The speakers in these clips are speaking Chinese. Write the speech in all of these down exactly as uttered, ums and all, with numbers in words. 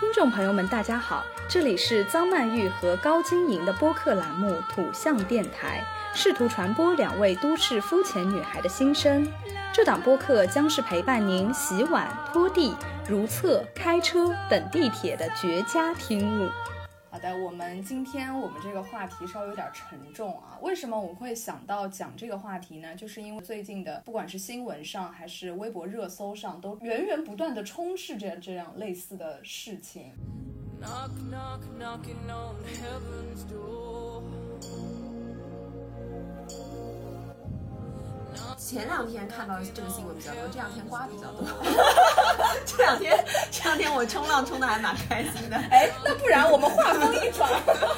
听众朋友们大家好，这里是张曼玉和高晶莹的播客栏目土象电台，试图传播两位都市肤浅女孩的心声。这档播客将是陪伴您洗碗、拖地、如厕、开车等地铁的绝佳听物。好的，我们今天我们这个话题稍微有点沉重啊。为什么我会想到讲这个话题呢？就是因为最近的不管是新闻上还是微博热搜上，都源源不断的充斥着这样类似的事情。Knock, knock, knocking on heaven's door. 前两天看到这个新闻比较多，这两天刮比较多。这两天这两天我冲浪冲的还蛮开心的。 哎，那不然我们话锋一转。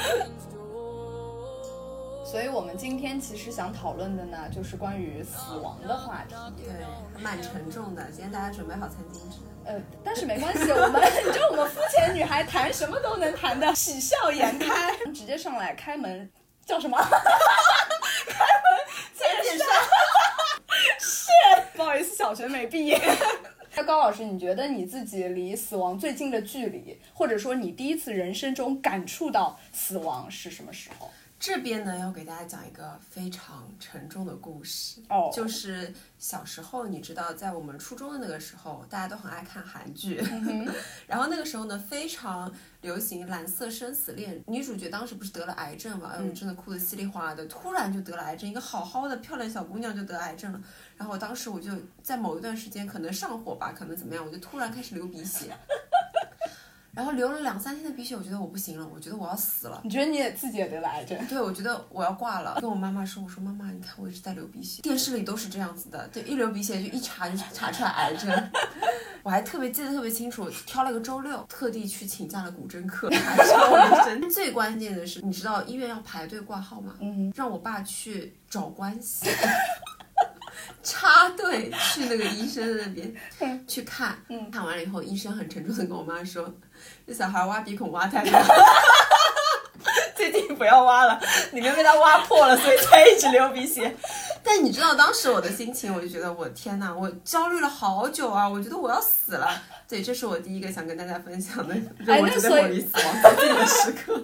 所以我们今天其实想讨论的呢，就是关于死亡的话题。 对，蛮沉重的。今天大家准备好餐巾纸。 呃，但是没关系，我们你知道我们肤浅女孩谈什么都能谈的喜笑颜开，直接上来开门叫什么？开门见山。是，不好意思，小学没毕业。那高老师，你觉得你自己离死亡最近的距离，或者说你第一次人生中感触到死亡是什么时候？ 这边呢，要给大家讲一个非常沉重的故事哦， oh. 就是小时候，你知道，在我们初中的那个时候，大家都很爱看韩剧，嗯、然后那个时候呢，非常流行《蓝色生死恋》，女主角当时不是得了癌症嘛，哎呦，真的哭得稀里哗啦的，突然就得了癌症，一个好好的漂亮小姑娘就得癌症了，然后当时我就在某一段时间，可能上火吧，可能怎么样，我就突然开始流鼻血。然后流了两三天的鼻血，我觉得我不行了，我觉得我要死了。 你觉得你也自己也得了癌症？ 对，我觉得我要挂了。跟我妈妈说，我说妈妈，你看我一直在流鼻血，电视里都是这样子的，对，一流鼻血就一查就查出来癌症。我还特别记得特别清楚，挑了个周六，特地去请假了骨针科，还上了针。最关键的是，你知道医院要排队挂号吗？嗯，让我爸去找关系。插队去那个医生那边去看，嗯、看完了以后，医生很沉重的跟我妈说：“这小孩挖鼻孔挖太多，最近不要挖了，里面被他挖破了，所以才一直流鼻血。”但你知道当时我的心情，我就觉得我天哪，我焦虑了好久啊，我觉得我要死了。对，这是我第一个想跟大家分享的，让我觉得我离死亡最近的时刻。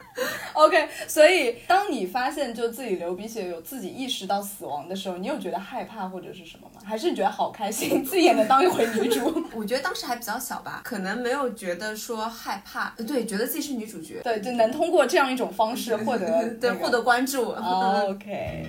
OK， 所以当你发现就自己流鼻血，有自己意识到死亡的时候，你有觉得害怕或者是什么吗？还是你觉得好开心，自己也能当一回女主？ 我觉得当时还比较小吧，可能没有觉得说害怕，对，觉得自己是女主角， 对，就能通过这样一种方式获得、那个、 对获得关注。 Oh, OK。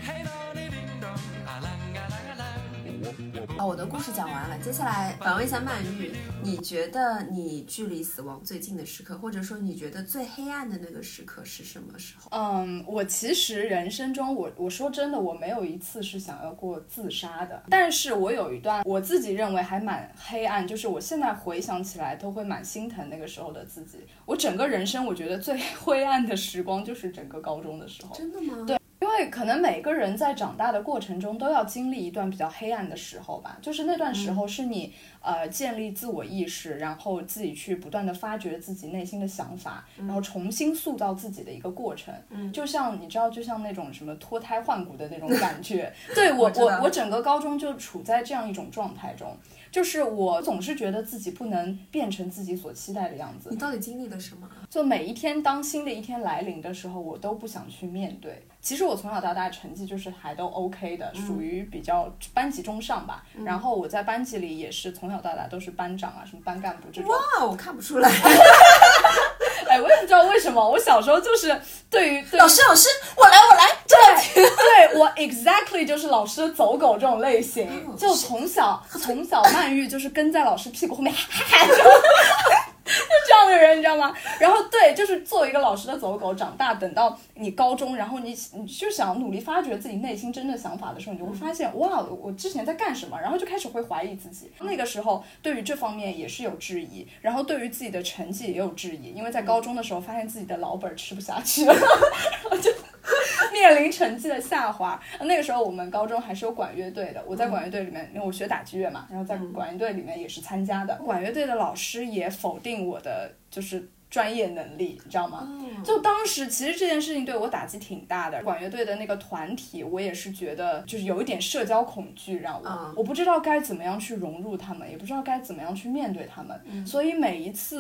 哦，我的故事讲完了，接下来反问一下曼玉，你觉得你距离死亡最近的时刻，或者说你觉得最黑暗的那个时刻是什么时候？ 嗯，我其实人生中，我我说真的，我没有一次是想要过自杀的，但是我有一段我自己认为还蛮黑暗，就是我现在回想起来都会蛮心疼那个时候的自己。我整个人生我觉得最灰暗的时光就是整个高中的时候。 真的吗？ 对。因为可能每个人在长大的过程中都要经历一段比较黑暗的时候吧，就是那段时候是你、嗯、呃建立自我意识，然后自己去不断的发掘自己内心的想法、嗯、然后重新塑造自己的一个过程、嗯、就像你知道就像那种什么脱胎换骨的那种感觉对我我我整个高中就处在这样一种状态中，就是我总是觉得自己不能变成自己所期待的样子。 你到底经历了什么？ 就每一天当新的一天来临的时候，我都不想去面对。其实我从小到大成绩就是还都 OK 的，嗯、属于比较班级中上吧、嗯。然后我在班级里也是从小到大都是班长啊，什么班干部这种。 哇，我看不出来。 哎，我也不知道为什么，我小时候就是对于老师老师，我来我来。 对对，我 exactly 就是老师的走狗这种类型，哦、就从小从小曼玉就是跟在老师屁股后面喊就这样的人，你知道吗？然后对，就是作为一个老师的走狗，长大等到你高中，然后你你就想努力发掘自己内心真的想法的时候，你就会发现，哇，我之前在干什么？然后就开始会怀疑自己。那个时候对于这方面也是有质疑，然后对于自己的成绩也有质疑，因为在高中的时候发现自己的老本吃不下去了，然后就面临成绩的下滑。那个时候我们高中还是有管乐队的，我在管乐队里面，因为我学打击乐嘛，然后在管乐队里面也是参加的。管乐队的老师也否定我的就是专业能力，你知道吗？就当时其实这件事情对我打击挺大的。管乐队的那个团体，我也是觉得就是有一点社交恐惧，让我我不知道该怎么样去融入他们，也不知道该怎么样去面对他们，所以每一次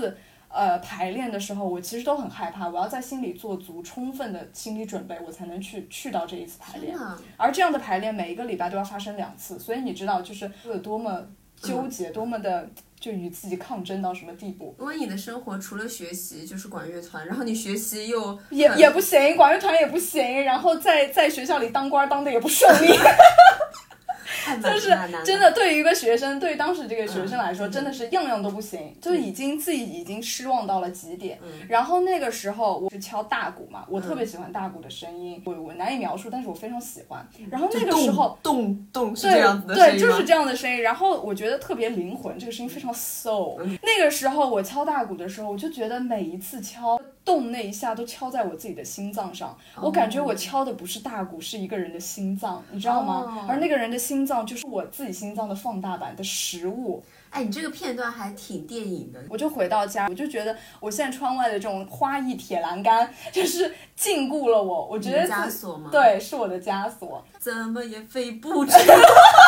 呃排练的时候，我其实都很害怕，我要在心里做足充分的心理准备，我才能去去到这一次排练。而这样的排练每一个礼拜都要发生两次，所以你知道就是有多么纠结，嗯、多么的就与自己抗争到什么地步。 因为你的生活除了学习就是管乐团，然后你学习又也也不行，管乐团也不行，然后在在学校里当官当的也不顺利。就是真的，对于一个学生，对于当时这个学生来说，嗯、真的是样样都不行，嗯、就已经自己已经失望到了极点。嗯、然后那个时候我是敲大鼓嘛，我特别喜欢大鼓的声音，我、嗯、我难以描述，但是我非常喜欢。然后那个时候动动是这样子的声音吗？ 对，就是这样的声音。然后我觉得特别灵魂，这个声音非常 soul。嗯、那个时候我敲大鼓的时候，我就觉得每一次敲动那一下都敲在我自己的心脏上，哦、我感觉我敲的不是大鼓，是一个人的心脏，你知道吗？哦、而那个人的心脏就是我自己心脏的放大版的实物。 哎，你这个片段还挺电影的。 我就回到家，我就觉得我现在窗外的这种花艺铁栏杆就是禁锢了我。我觉得枷锁吗？ 对，是我的枷锁。 怎么也飞不出。为什么？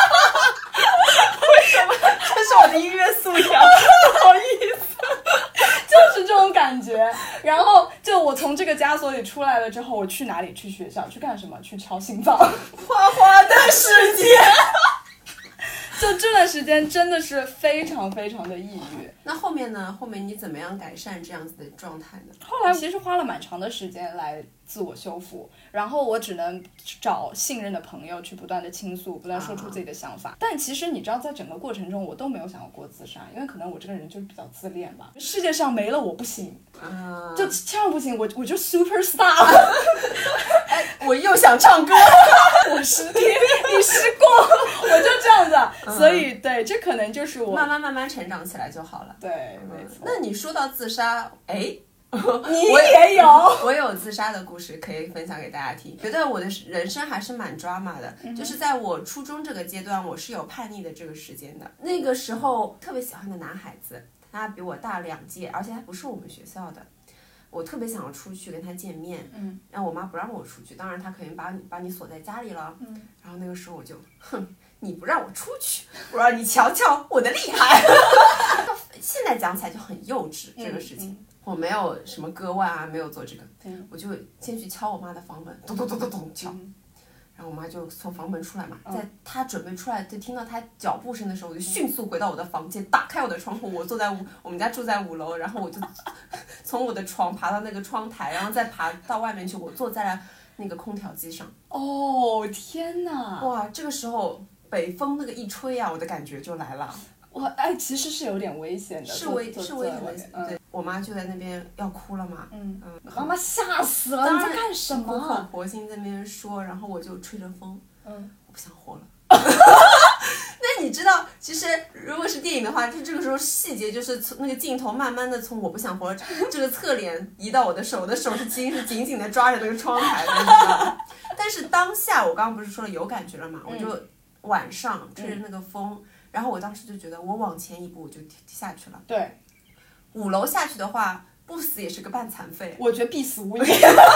这是我的音乐素养。不好意思。 就是这种感觉。然后就我从这个枷锁里出来了之后，我去哪里？去学校？去干什么？去敲心脏。 花花的世界。 就这段时间真的是非常非常的抑郁。 那后面呢？后面你怎么样改善这样子的状态呢？ 后来其实花了蛮长的时间来自我修复，然后我只能找信任的朋友去不断的倾诉，不断说出自己的想法。啊、但其实你知道，在整个过程中我都没有想过自杀，因为可能我这个人就是比较自恋吧。世界上没了我不行，啊、就千万不行，我我就 super star。 哎，我又想唱歌， 我失恋，你失控，我就这样子。嗯、所以对，这可能就是我慢慢慢慢成长起来就好了。 对，没错。 那你说到自杀，哎。 你也有我，我有自杀的故事可以分享给大家听。觉得我的人生还是蛮 drama 的，嗯、就是在我初中这个阶段，我是有叛逆的这个时间的。那个时候特别喜欢的男孩子，他比我大两届，而且他不是我们学校的。我特别想要出去跟他见面，嗯，然后我妈不让我出去，当然他肯定把你把你锁在家里了，嗯，然后那个时候我就，哼，你不让我出去，我让你瞧瞧我的厉害。现在讲起来就很幼稚，这个事情。嗯嗯我没有什么割腕啊，没有做这个，嗯、我就先去敲我妈的房门，咚咚咚咚咚敲，嗯、然后我妈就从房门出来嘛，嗯、在她准备出来就听到她脚步声的时候，我就迅速回到我的房间，打开我的窗户，我坐在五，我们家住在五楼，然后我就从我的床爬到那个窗台，然后再爬到外面去，我坐在了那个空调机上。 哦天哪！ 哇，这个时候北风那个一吹啊，我的感觉就来了。 哇，哎，其实是有点危险的， 是危是危很危险。对，我妈就在那边要哭了嘛，嗯嗯，妈妈吓死了，你在干什么？ 苦口婆心在那边说，然后我就吹着风，嗯，我不想活了。那你知道，其实如果是电影的话，就这个时候细节就是从那个镜头慢慢的从我不想活了这个侧脸移到我的手，我的手是其实是紧紧的抓着那个窗台的，你知道吗？但是当下我刚刚不是说了有感觉了嘛，我就晚上吹着那个风。嗯然后我当时就觉得，我往前一步我就下去了。 对， 五楼下去的话，不死也是个半残废。 我觉得必死无疑。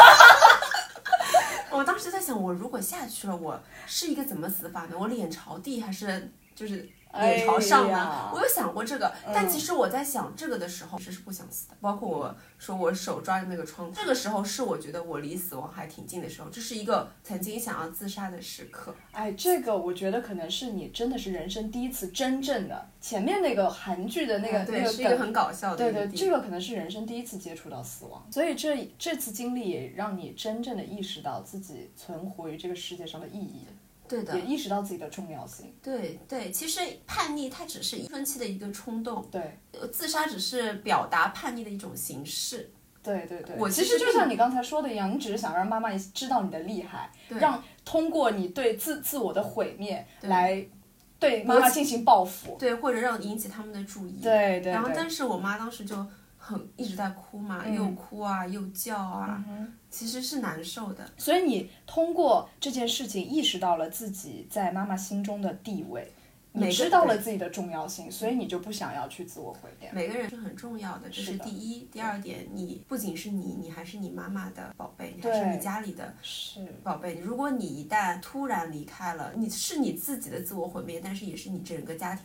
我当时在想，我如果下去了，我是一个怎么死法呢？我脸朝地还是就是脸朝上呢？哎、我有想过这个，但其实我在想这个的时候，其实是不想死的。包括我说我手抓着那个窗，这个时候是我觉得我离死亡还挺近的时候，这是一个曾经想要自杀的时刻。 哎，这个我觉得可能是你真的是人生第一次真正的，前面那个韩剧的那个、 嗯、对， 那个是一个很搞笑的。 对对，这个可能是人生第一次接触到死亡，所以这这次经历也让你真正的意识到自己存活于这个世界上的意义。 对的， 也意识到自己的重要性。 对对，其实叛逆它只是青春期的一个冲动， 对， 自杀只是表达叛逆的一种形式。 对对对， 我其实就像你刚才说的一样，你只是想让妈妈知道你的厉害，让通过你对自自我的毁灭来对妈妈进行报复， 对，或者让引起他们的注意。 对 对, 对。 然后，但是我妈当时就很一直在哭嘛，嗯、又哭啊又叫啊。嗯其实是难受的， 所以你通过这件事情意识到了自己在妈妈心中的地位，你知道了自己的重要性，所以你就不想要去自我毁灭。 每个人是很重要的，这是第一。第二点，你不仅是你，你还是你妈妈的宝贝，你还是你家里的宝贝。如果你一旦突然离开了，你是你自己的自我毁灭，但是也是你整个家庭的毁灭。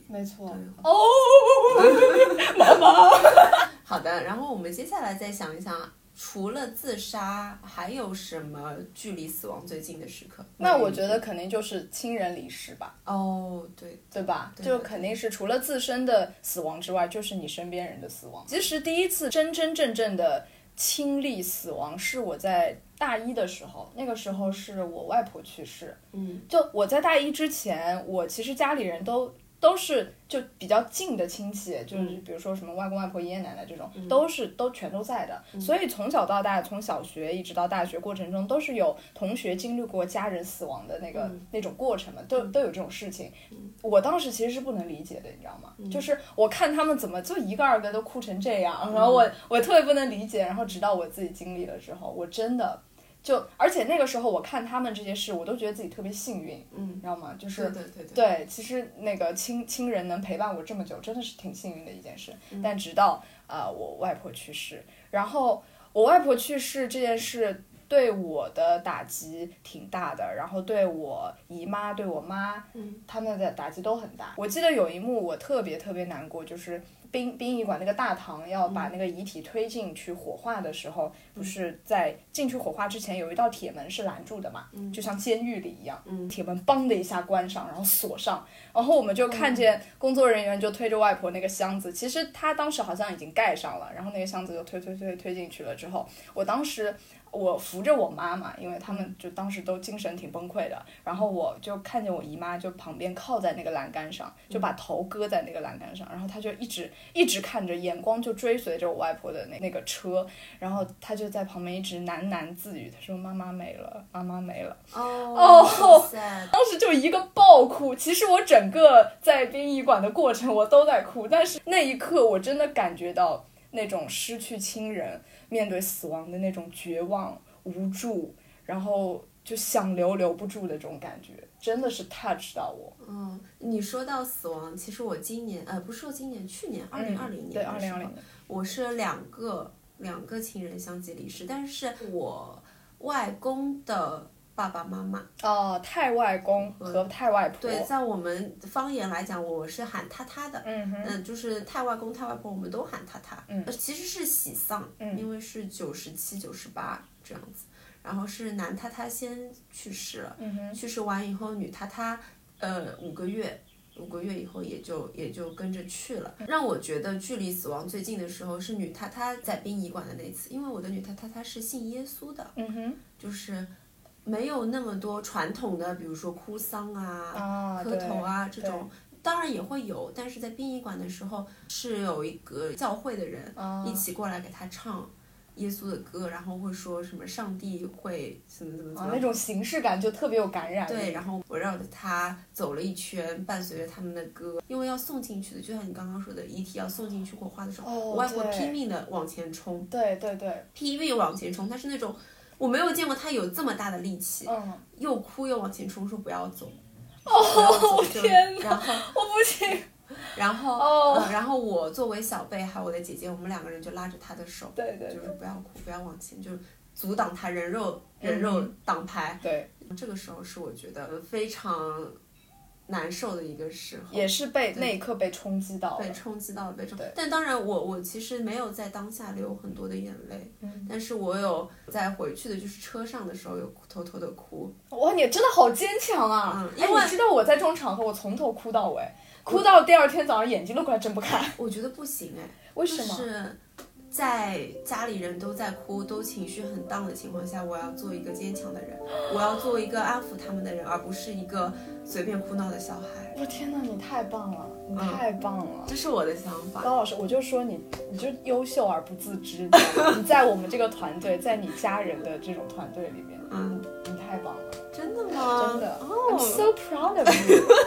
没错。 哦， 妈妈。 好的，然后我们接下来再想一想，除了自杀，还有什么距离死亡最近的时刻？ 那我觉得肯定就是亲人离世吧。 哦，对， 对吧？ 对就肯定是除了自身的死亡之外，就是你身边人的死亡。其实第一次真真正正的亲历死亡是我在大一的时候，那个时候是我外婆去世。 嗯， 就我在大一之前，我其实家里人都都是就比较近的亲戚，就是比如说什么外公外婆、爷爷奶奶这种， 嗯、 都是都全都在的。 嗯、 所以从小到大，从小学一直到大学过程中，都是有同学经历过家人死亡的那个、 嗯、 那种过程嘛，都都有这种事情。 嗯、 我当时其实是不能理解的，你知道吗？ 嗯、 就是我看他们怎么就一个二个都哭成这样，然后我我特别不能理解，然后直到我自己经历了之后，我真的。就而且那个时候我看他们这些事，我都觉得自己特别幸运， 嗯， 你知道吗？就是对对对对， 对，其实那个亲亲人能陪伴我这么久，真的是挺幸运的一件事。 嗯、 但直到啊、呃、我外婆去世，然后我外婆去世这件事对我的打击挺大的，然后对我姨妈、对我妈， 嗯， 他们的打击都很大。我记得有一幕我特别特别难过，就是殡殡仪馆那个大堂要把那个遗体推进去火化的时候，嗯、不是在进去火化之前有一道铁门是拦住的嘛， 嗯、 就像监狱里一样， 嗯、 铁门梆的一下关上，然后锁上，然后我们就看见工作人员就推着外婆那个箱子，其实他当时好像已经盖上了，然后那个箱子就推推推推进去了之后，我当时。我扶着我妈妈，因为他们就当时都精神挺崩溃的，然后我就看见我姨妈就旁边靠在那个栏杆上，就把头搁在那个栏杆上，然后她就一直一直看着，眼光就追随着我外婆的那那个车，然后她就在旁边一直喃喃自语，她说妈妈没了，妈妈没了。 哦， 哦，当时就一个爆哭。其实我整个在殡仪馆的过程我都在哭，但是那一刻我真的感觉到那种失去亲人面对死亡的那种绝望无助，然后就想留留不住的这种感觉，真的是 touch 到我。 嗯，你说到死亡，其实我今年呃不是说今年，去年二零二零年的时候， 对二零二零年， 我是两个两个亲人相继离世，但是我外公的爸爸妈妈哦，太外公和太外婆。 对，在我们方言来讲，我是喊他他的， 嗯哼， 嗯，就是太外公太外婆，我们都喊他他， 嗯， 其实是喜丧， 嗯， 因为是九十七、九十八这样子，然后是男太太先去世了， 嗯哼， 去世完以后，女太太呃五个月。五个月以后也就也就跟着去了，让我觉得距离死亡最近的时候是女太太在殡仪馆的那次，因为我的女太太她是信耶稣的， 嗯哼， 就是没有那么多传统的，比如说哭丧啊、磕头啊这种，当然也会有，但是在殡仪馆的时候是有一个教会的人一起过来给他唱耶稣的歌，然后会说什么上帝会怎么怎么怎么、 啊，那种形式感就特别有感染力。 对，然后围绕着他走了一圈，伴随着他们的歌，因为要送进去的，就像你刚刚说的，遗体要送进去火化的时候， 哦、 我外婆拼命的往前冲， 对对对， 拼命往前冲，她是那种我没有见过她有这么大的力气， 嗯， 又哭又往前冲，说不要走， 哦天哪， 然后我不行。 然后、 哦呃，然后我作为小辈还有我的姐姐，我们两个人就拉着她的手， 对 对, 对， 就是不要哭，不要往前，就是阻挡她人肉、嗯、人肉挡牌。 对， 这个时候是我觉得非常难受的一个时候， 也是被那一刻被冲击到了， 被冲击到了，被冲。但当然我，我我其实没有在当下流很多的眼泪， 嗯， 但是我有在回去的就是车上的时候有偷偷的哭。 哇，你真的好坚强啊！ 嗯，因为你知道我在这种场合我从头哭到尾。哭到第二天早上眼睛都快睁不开。 我觉得不行哎， 为什么？ 就是在家里人都在哭，都情绪很荡的情况下，我要做一个坚强的人，我要做一个安抚他们的人，而不是一个随便哭闹的小孩。 我天哪，你太棒了，你太棒了， 嗯、这是我的想法。 高老师，我就说你，你就优秀而不自知，你在我们这个团队，在你家人的这种团队里面， 嗯， 你太棒了。 真的吗？ 真的。 Oh. I'm so proud of you 。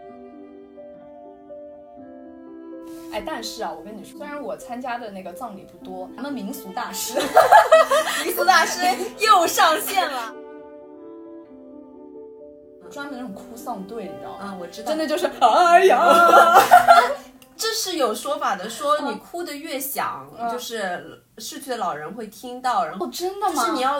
哎，但是啊，我跟你说，虽然我参加的那个葬礼不多，咱们民俗大师， 民俗大师又上线了， 专门那种哭丧队，你知道吗？ 嗯，我知道， 真的就是哎呀， 这是有说法的，说你哭得越响， 嗯、 就是逝去的老人会听到，然后哦，真的吗？ 就是你要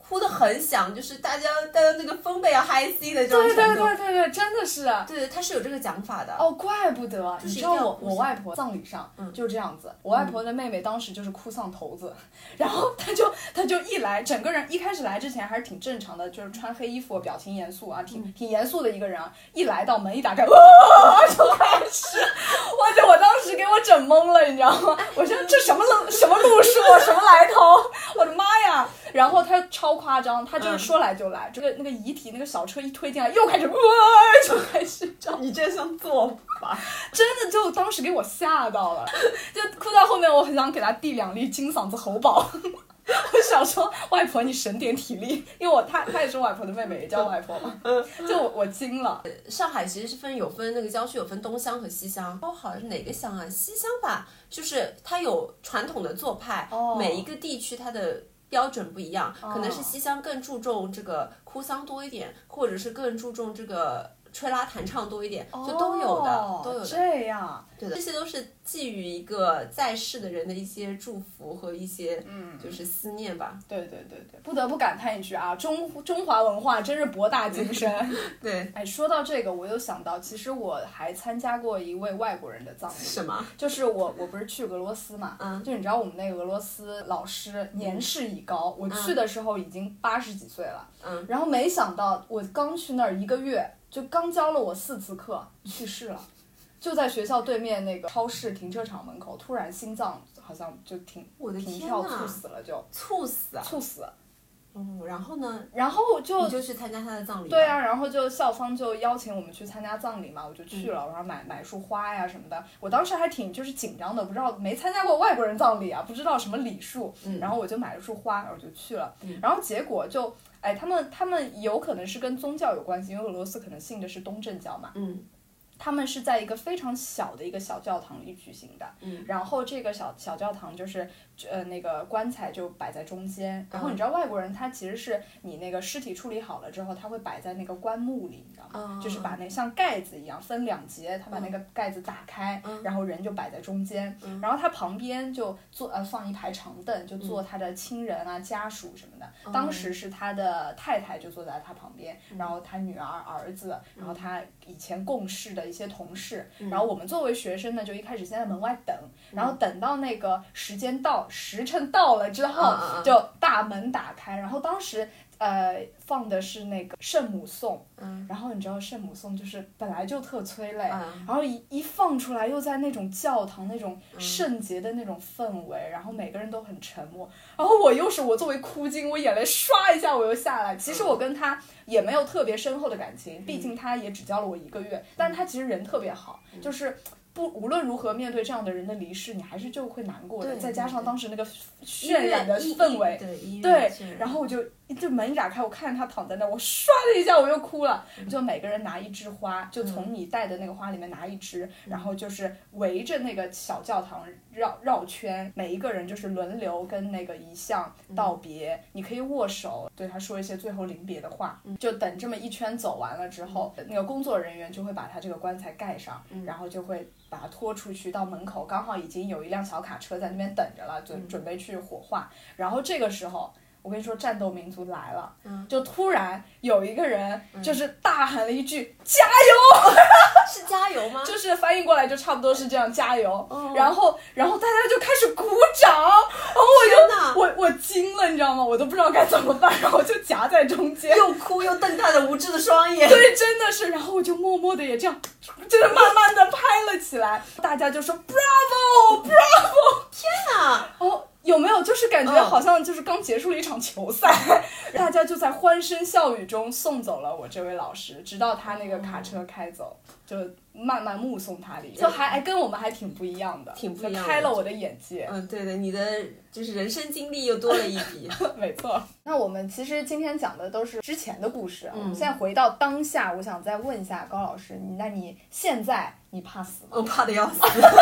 呼得很响，就是大家大家那个风被要嗨 C 的这种对程度。 对对对对，真的是。 对，他是有这个讲法的。 哦，怪不得。 就是你知道我我外婆葬礼上、嗯、就是这样子，我外婆的妹妹当时就是哭丧头子，嗯、然后她就她就一来，整个人一开始来之前还是挺正常的，就是穿黑衣服，表情严肃啊，挺、嗯、挺严肃的一个人啊。一来到门一打开，哇，就开始，哇塞！我当时给我整懵了，你知道吗？我说这什么路什么路数，什么来头？我的妈呀！然后他超夸张，他就是说来就来，这、嗯、个那个遗体那个小车一推进来，又开始哇，就开始找你这像做法， 真的就当时给我吓到了，就哭到后面，我很想给他递两粒金嗓子喉宝。我想说，外婆你省点体力，因为我她她也是外婆的妹妹，也叫外婆嘛。就我我惊了。 上海其实是分有分那个郊区有分东乡和西乡，哦，好像是哪个乡啊？西乡吧，就是它有传统的做派，哦、每一个地区它的标准不一样，哦、可能是西乡更注重这个哭丧多一点，或者是更注重这个吹拉弹唱多一点，就都有的， 哦、 都有的。 这样， 对的，这些都是寄予一个在世的人的一些祝福和一些，嗯，就是思念吧。 对对对对，不得不感叹一句啊，中中华文化真是博大精深。 对， 哎，说到这个，我又想到，其实我还参加过一位外国人的葬礼。 什么？ 就是我，我不是去俄罗斯嘛，嗯，就你知道我们那个俄罗斯老师年事已高，嗯、我去的时候已经八十几岁了，嗯，然后没想到我刚去那儿一个月，就刚教了我四次课，去世了。就在学校对面那个超市停车场门口，突然心脏好像就停， 我的停跳猝死了就，就猝死啊， 猝死。 嗯，然后呢？ 然后就你就去参加他的葬礼。 对啊，然后就校方就邀请我们去参加葬礼嘛，我就去了，嗯、然后买买束花呀什么的。我当时还挺就是紧张的，不知道没参加过外国人葬礼啊，不知道什么礼数，嗯、然后我就买了束花，然后就去了。嗯、然后结果就，哎，他们他们有可能是跟宗教有关系，因为俄罗斯可能信的是东正教嘛。嗯。他们是在一个非常小的一个小教堂里举行的，嗯，然后这个小小教堂就是呃那个棺材就摆在中间，然后你知道外国人他其实是你那个尸体处理好了之后，他会摆在那个棺木里，你知道吗？嗯、就是把那像盖子一样分两节，他把那个盖子打开，嗯、然后人就摆在中间，嗯、然后他旁边就坐呃放一排长凳，就坐他的亲人啊、家属什么的。嗯、当时是他的太太就坐在他旁边，嗯、然后他女儿、儿子，然后他以前共事的一些同事，嗯、然后我们作为学生呢，就一开始先在门外等，嗯、然后等到那个时间到，时辰到了之后，嗯、就大门打开，然后当时呃放的是那个圣母颂，嗯、然后你知道圣母颂就是本来就特催泪，嗯、然后一一放出来又在那种教堂那种圣洁的那种氛围，嗯、然后每个人都很沉默，然后我又是我作为哭精，我眼泪刷一下我又下来，其实我跟他也没有特别深厚的感情，毕竟他也只教了我一个月，但他其实人特别好，就是不无论如何面对这样的人的离世，你还是就会难过的。再加上当时那个渲染的氛围， 对， 对，然后我就就门一打开，我看着他躺在那，我唰的一下我又哭了。嗯、就每个人拿一支花，就从你带的那个花里面拿一支，嗯、然后就是围着那个小教堂绕绕圈，每一个人就是轮流跟那个遗像道别，嗯、你可以握手，对他说一些最后临别的话。嗯、就等这么一圈走完了之后，嗯、那个工作人员就会把他这个棺材盖上，嗯、然后就会把它拖出去到门口，刚好已经有一辆小卡车在那边等着了，准、嗯、准备去火化。然后这个时候我跟你说战斗民族来了，嗯、就突然有一个人就是大喊了一句、嗯、加油是加油吗？ 就是翻译过来就差不多是这样，加油、哦、然后然后大家就开始鼓掌，然后我就我我惊了，你知道吗？我都不知道该怎么办，然后就夹在中间， 又哭又瞪他的无知的双眼， 对，真的是，然后我就默默的也这样就是慢慢的拍了起来，大家就说 bravo bravo， 天哪， 哦，有没有就是感觉好像就是刚结束了一场球赛，哦、大家就在欢声笑语中送走了我这位老师，直到他那个卡车开走，就慢慢目送他离，就还还跟我们还挺不一样的， 挺不一样的， 开了我的眼界。 嗯，对的，你的就是人生经历又多了一笔， 没错。那我们其实今天讲的都是之前的故事，嗯、我们现在回到当下，我想再问一下高老师，你那你现在你怕死吗？ 我怕的要死。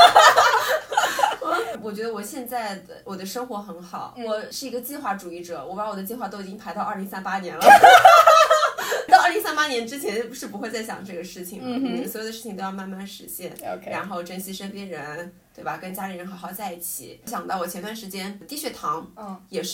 我觉得我现在的我的生活很好，嗯、我是一个计划主义者，我把我的计划都已经排到二零三八年了。到二零三八年之前是不会再想这个事情了，嗯嗯、所有的事情都要慢慢实现， okay. 然后珍惜身边人，对吧？跟家里人好好在一起。想到我前段时间低血糖，嗯，也是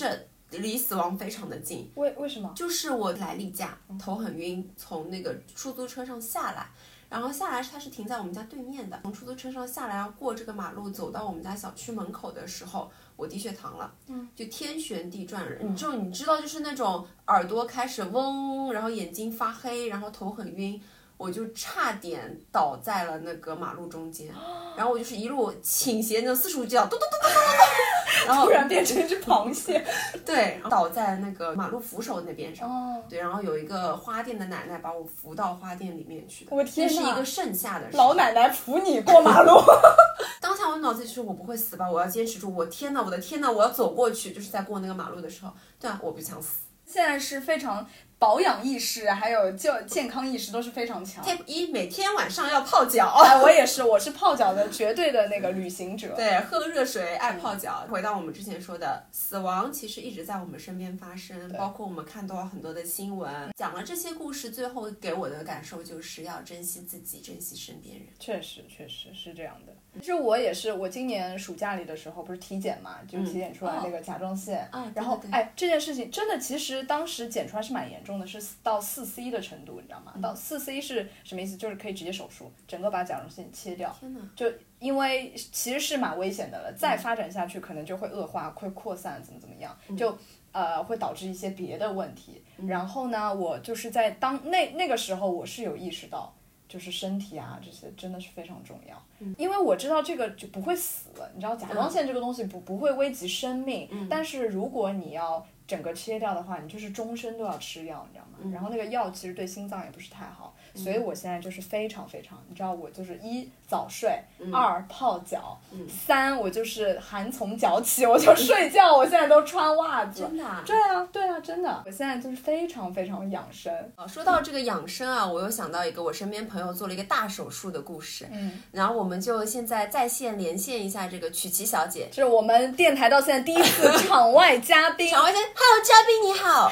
离死亡非常的近。 为为什么？ 就是我来例假，头很晕，从那个出租车上下来。然后下来，它是停在我们家对面的。从出租车上下来，要过这个马路，走到我们家小区门口的时候，我低血糖了，嗯，就天旋地转。你就你知道，就是那种耳朵开始嗡，然后眼睛发黑，然后头很晕，我就差点倒在了那个马路中间。然后我就是一路倾斜，那四十五度角，嘟嘟嘟嘟嘟嘟，然后突然变成一只螃蟹， 对，倒在那个马路扶手那边上。 哦， 对，然后有一个花店的奶奶把我扶到花店里面去的。 我天哪， 这是一个盛夏的事。 老奶奶扶你过马路。 当下我脑子里就是我不会死吧，我要坚持住。我天哪，我的天哪，我要走过去，就是在过那个马路的时候，对啊，我不想死。 现在是非常保养意识，还有就健康意识都是非常强。 Tip 一，每天晚上要泡脚。 哎，我也是，我是泡脚的绝对的那个旅行者。 对，喝热水，爱泡脚。回到我们之前说的，死亡其实一直在我们身边发生，包括我们看到很多的新闻。讲了这些故事，最后给我的感受就是要珍惜自己，珍惜身边人。 确实，确实是这样的。其实我也是，我今年暑假里的时候不是体检嘛，就体检出来那个甲状腺， 嗯哦、 然后对对对哎，这件事情真的，其实当时检出来是蛮严重的，是到四 C 的程度，你知道吗？嗯、到四 C 是什么意思？就是可以直接手术，整个把甲状腺切掉。 天哪！ 就因为其实是蛮危险的了，再发展下去可能就会恶化，会扩散，怎么怎么样， 嗯、 就呃会导致一些别的问题。嗯、然后呢，我就是在当那那个时候，我是有意识到。就是身体啊，这些真的是非常重要，嗯、因为我知道这个就不会死了，你知道甲状腺这个东西不、嗯、不会危及生命，嗯、但是如果你要整个切掉的话，你就是终身都要吃药，你知道吗？嗯、然后那个药其实对心脏也不是太好，嗯、所以我现在就是非常非常，你知道我就是一早睡，嗯、二泡脚，嗯、三我就是寒从脚起，我就睡觉，我现在都穿袜子， 真的、啊？ 对啊，对啊，真的，我现在就是非常非常养生。 哦，说到这个养生啊，我又想到一个我身边朋友做了一个大手术的故事， 嗯， 然后我们就现在在线连线一下这个曲奇小姐， 这是我们电台到现在第一次场外嘉宾， 场外嘉宾 ，Hello， 嘉宾你好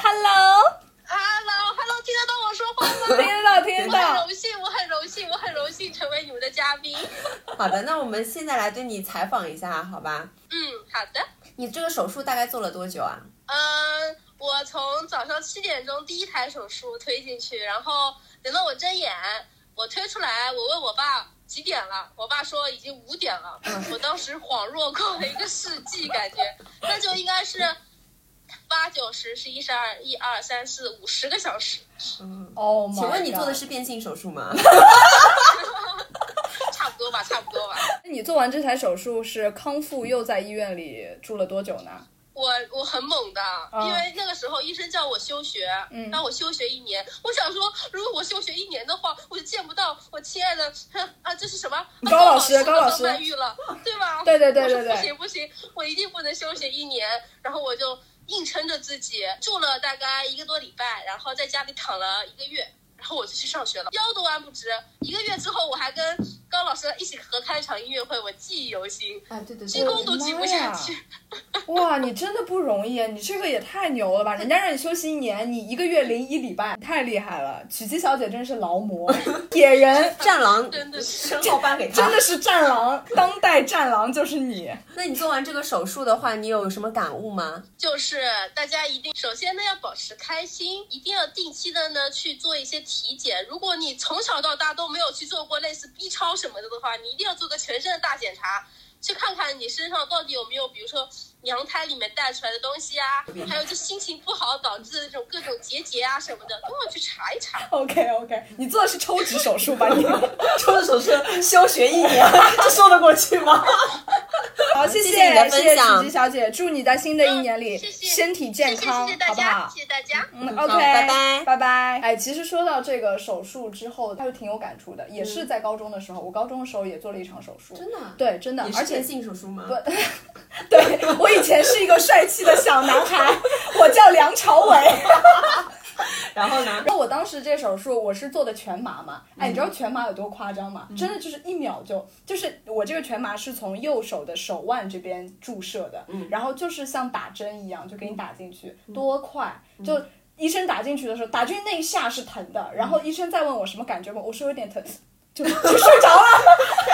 ，Hello，Hello， 听得到我说话吗？ 听得到，听得到， 我很荣幸，我很荣幸，我很荣幸成为你们的嘉宾。 好的，那我们现在来对你采访一下，好吧？ 嗯，好的。 你这个手术大概做了多久啊？ 嗯，我从早上七点钟第一台手术推进去，然后等到我睁眼，我推出来，我问我爸几点了，我爸说已经五点了。嗯、我当时恍若过了一个世纪，感觉那就应该是八九十十一十二一二三四五十个小时。 嗯， 哦、 oh，请问你做的是变性手术吗？ 差不多吧，差不多吧。 那你做完这台手术是康复又在医院里住了多久呢？ 我我很猛的，哦、因为那个时候医生叫我休学，嗯、让我休学一年。我想说，如果我休学一年的话，我就见不到我亲爱的啊，这是什么？ 高老师，高老师， 曼玉了，对吧？ 对对对对对。 不行不行，我一定不能休学一年。然后我就硬撑着自己住了大概一个多礼拜，然后在家里躺了一个月。然后我就去上学了，腰都弯不直。一个月之后，我还跟高老师一起合开一场音乐会，我记忆犹新。 啊，对对对， 鞠躬都记不下去。 哇，你真的不容易，你这个也太牛了吧！人家让你休息一年，你一个月零一礼拜，太厉害了。曲奇小姐真是劳模，铁人战狼， 真的是称号颁给她， 真的是战狼，当代战狼就是你。 那你做完这个手术的话，你有什么感悟吗？ 就是大家一定首先呢要保持开心，一定要定期的呢去做一些体检。如果你从小到大都没有去做过类似 B 超什么的的话，你一定要做个全身的大检查，去看看你身上到底有没有，比如说娘胎里面带出来的东西啊，还有就心情不好导致的这种各种结节啊什么的，都要去查一查。 OK OK， 你做的是抽脂手术吧？你抽脂手术休学一年，这说得过去吗？ 好，谢谢谢你的分享， 曲奇小姐，祝你在新的一年里、 嗯、 身体健康， 谢谢大家， 好不好？ 谢谢大家。 嗯 ，OK， 拜拜， 拜拜。哎，其实说到这个手术之后，他就挺有感触的，也是在高中的时候，嗯、我高中的时候也做了一场手术。 真的？ 对，真的，而且变性手术吗？ 不，对，我以前是一个帅气的小男孩，我叫梁朝伟。 然后呢？ 然后我当时这手术我是做的全麻嘛，哎，你知道全麻有多夸张吗？ 嗯、 真的就是一秒就，就是我这个全麻是从右手的手腕这边注射的，嗯、然后就是像打针一样，就给你打进去，嗯、多快！就医生打进去的时候，打进去那一下是疼的，然后医生再问我什么感觉吗？我说有点疼。就就睡着了，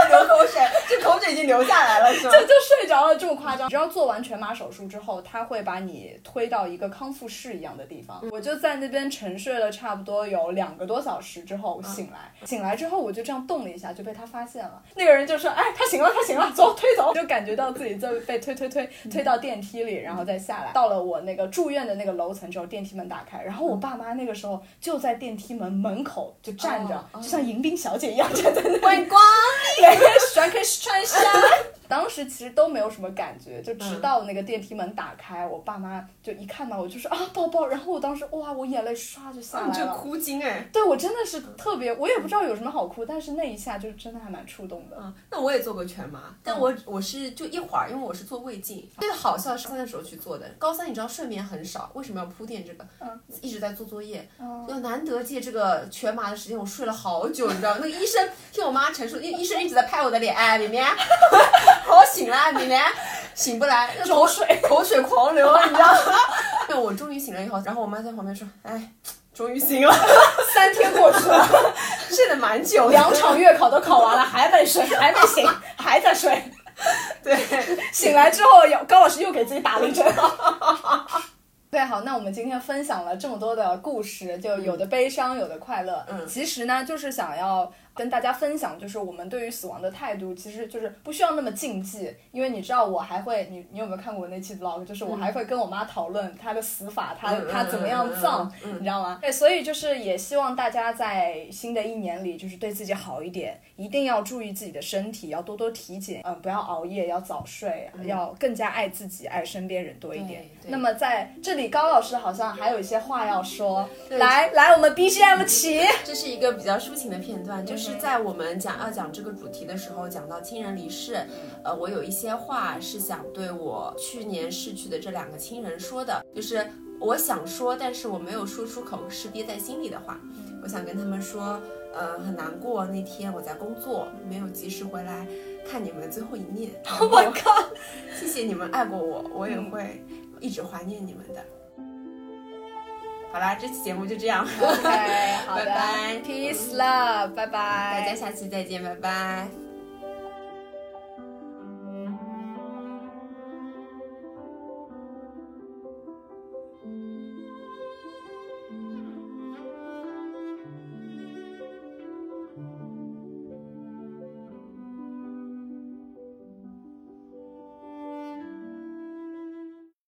流口水，这口水已经流下来了，是吗？ 就就睡着了，这么夸张。只要做完全麻手术之后，他会把你推到一个康复室一样的地方。我就在那边沉睡了差不多有两个多小时之后醒来，嗯、醒来之后我就这样动了一下，就被他发现了。那个人就说：“哎，他醒了，他醒了，走，推走。”就感觉到自己就被推推推推到电梯里，然后再下来。到了我那个住院的那个楼层之后，电梯门打开，然后我爸妈那个时候就在电梯门门口就站着，哦哦、就像迎宾小姐一样站在那里。 欢迎光临， 甩开穿山。当时其实都没有什么感觉，就直到那个电梯门打开，嗯、我爸妈就一看到我就说啊抱抱，然后我当时哇，我眼泪唰就下来了。 你这哭精哎！ 对，我真的是特别，我也不知道有什么好哭，但是那一下就真的还蛮触动的。 嗯，那我也做过全麻，但我、嗯、我是就一会儿，因为我是做胃镜。最好笑是高三的时候去做的。高三你知道睡眠很少，为什么要铺垫这个？嗯，一直在做作业。嗯，要难得借这个全麻的时间，我睡了好久，你知道？那个医生听我妈陈述，医医生一直在拍我的脸，哎，里面好醒了。你连醒不来， 口水口水狂流，你知道吗？对，我终于醒了以后，然后我妈在旁边说：“哎，终于醒了。” 三天过去了， 睡得蛮久的， 两场月考都考完了，还没睡，还没醒，还在睡。 对， 醒来之后，高老师又给自己打了一针。对，好，那我们今天分享了这么多的故事，就有的悲伤，有的快乐。嗯，其实呢，就是想要跟大家分享，就是我们对于死亡的态度，其实就是不需要那么禁忌，因为你知道我还会，你你有没有看过我那期 vlog？ 就是我还会跟我妈讨论她的死法，她她怎么样葬，你知道吗？对，所以就是也希望大家在新的一年里，就是对自己好一点，一定要注意自己的身体，要多多体检，嗯、呃，不要熬夜，要早睡，嗯、要更加爱自己，爱身边人多一点。那么在这里，高老师好像还有一些话要说，来来，我们 B G M 起， 这是一个比较抒情的片段，就是。是在我们讲要讲这个主题的时候，讲到亲人离世，呃，我有一些话是想对我去年逝去的这两个亲人说的，就是我想说，但是我没有说出口，是憋在心里的话。我想跟他们说，呃，很难过，那天我在工作，没有及时回来看你们最后一面。 Oh my god！ 谢谢你们爱过我，我也会一直怀念你们的。好啦，这期节目就这样。 OK， 好的， 拜拜 ，Peace Love， 拜拜， 大家下期再见，拜拜。